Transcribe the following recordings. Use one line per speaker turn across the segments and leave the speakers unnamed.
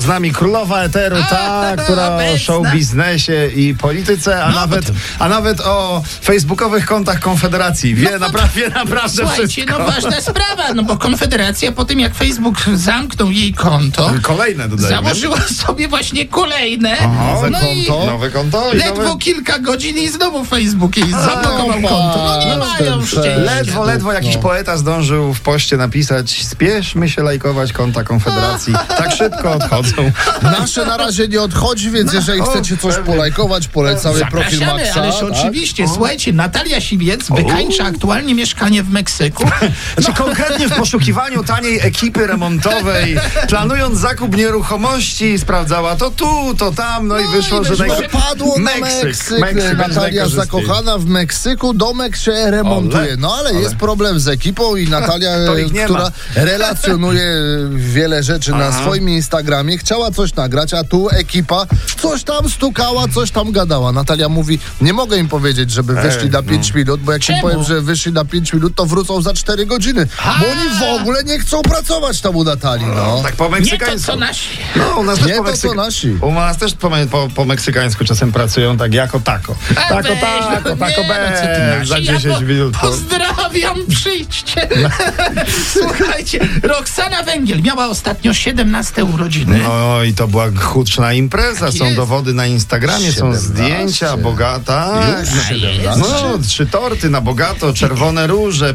Z nami królowa eteru, ta, która o show biznesie i polityce, a nawet o facebookowych kontach Konfederacji. Wie naprawdę
Słuchajcie,
wszystko.
ważna sprawa, bo Konfederacja po tym, jak Facebook zamknął jej konto,
Kolejne dodajmy.
założyła sobie właśnie kolejne.
Nowe konto.
Ledwo kilka godzin i znowu Facebook jej zablokował konto. Nie mają szczęścia.
Ledwo jakiś poeta zdążył w poście napisać: spieszmy się lajkować konta Konfederacji. Tak szybko odchodzą.
Nasze na razie nie odchodzi, więc jeżeli chcecie coś polajkować, polecamy profil
Zapraszamy,
Maxa.
ależ oczywiście. Słuchajcie, Natalia Siwiec wykańcza aktualnie mieszkanie w Meksyku.
Znaczy konkretnie w poszukiwaniu taniej ekipy remontowej, planując zakup nieruchomości, sprawdzała to tu, to tam, i wyszło, że
Padło na Meksyk. Natalia zakochana w Meksyku, domek się remontuje. Ale jest problem z ekipą i Natalia, która relacjonuje wiele rzeczy na swoim Instagramie, chciała coś nagrać, a tu ekipa coś tam stukała, coś tam gadała. Natalia mówi: nie mogę im powiedzieć, żeby wyszli na 5 minut, bo jak im powiem, że wyszli na 5 minut, to wrócą za 4 godziny. Bo oni w ogóle nie chcą pracować tam u Natalii.
Tak po meksykańsku.
Nie to, co nasi.
U nas też
Nie to, co nasi.
U nas też po meksykańsku czasem pracują tak jako tako. Tako, za 10 minut.
Pozdrawiam, przyjdźcie. Słuchajcie, Roxana Węgiel miała ostatnio 17 urodziny.
No i to była huczna impreza. Są dowody na Instagramie, są zdjęcia, bogata. 3 torty na bogato, czerwone róże,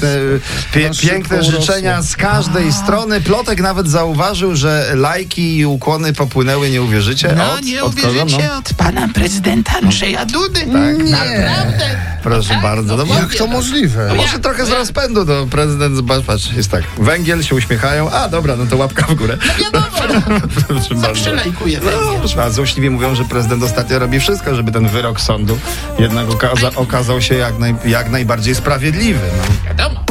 piękne życzenia z każdej strony. Plotek nawet zauważył, że lajki i ukłony popłynęły, nie uwierzycie?
Nie uwierzycie, od pana prezydenta Andrzeja Dudy.
Tak,
naprawdę.
Proszę bardzo.
Jak to możliwe?
Może trochę z rozpędu, prezydent, patrz, jest tak. Węgiel, się uśmiechają. A dobra, to łapka w górę. Proszę
Zawsze lajkuję Węgiel.
A złośliwie mówią, że prezydent ostatnio robi wszystko, żeby ten wyrok sądu jednak okazał się jak najbardziej sprawiedliwy.
Wiadomo.